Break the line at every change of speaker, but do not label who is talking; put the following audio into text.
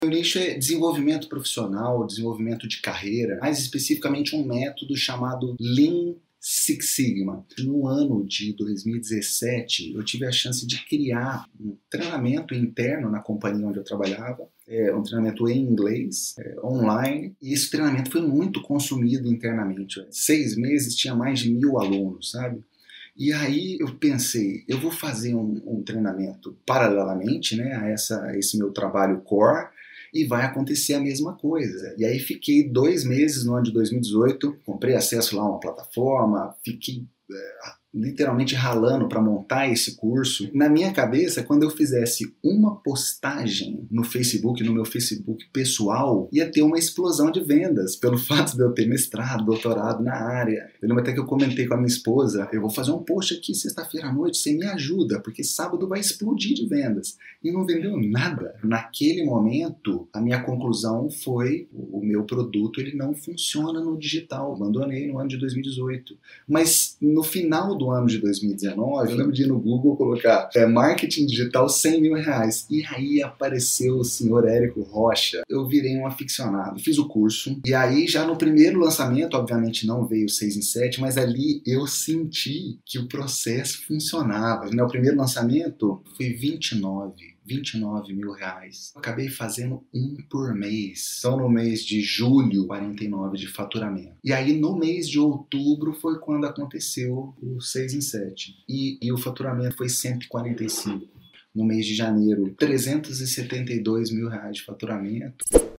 O nicho é desenvolvimento profissional, desenvolvimento de carreira, mais especificamente um método chamado Lean Six Sigma. No ano de 2017, eu tive a chance de criar um treinamento interno na companhia onde eu trabalhava, um treinamento em inglês, online, e esse treinamento foi muito consumido internamente. 6 meses tinha mais de 1000 alunos, sabe? E aí eu pensei, eu vou fazer um treinamento paralelamente, né, a esse meu trabalho core, e vai acontecer a mesma coisa. E aí fiquei 2 meses no ano de 2018, comprei acesso lá a uma plataforma, fiquei literalmente ralando para montar esse curso. Na minha cabeça, quando eu fizesse uma postagem no Facebook, no meu Facebook pessoal, ia ter uma explosão de vendas, pelo fato de eu ter mestrado, doutorado na área. Eu lembro até que eu comentei com a minha esposa, eu vou fazer um post aqui sexta-feira à noite, você me ajuda, porque sábado vai explodir de vendas. E não vendeu nada. Naquele momento, a minha conclusão foi, o meu produto ele não funciona no digital. Abandonei no ano de 2018. Mas no final do ano de 2019, eu lembro de ir no Google colocar marketing digital 100 mil reais. E aí apareceu o senhor Érico Rocha. Eu virei um aficionado. Fiz o curso. E aí já no primeiro lançamento, obviamente não veio 6 em 7, mas ali eu senti que o processo funcionava. No primeiro lançamento foi 29 mil reais. Acabei fazendo um por mês. Então no mês de julho, 49 de faturamento. E aí no mês de outubro foi quando aconteceu o 6 em 7. E o faturamento foi 145. No mês de janeiro, 372 mil reais de faturamento.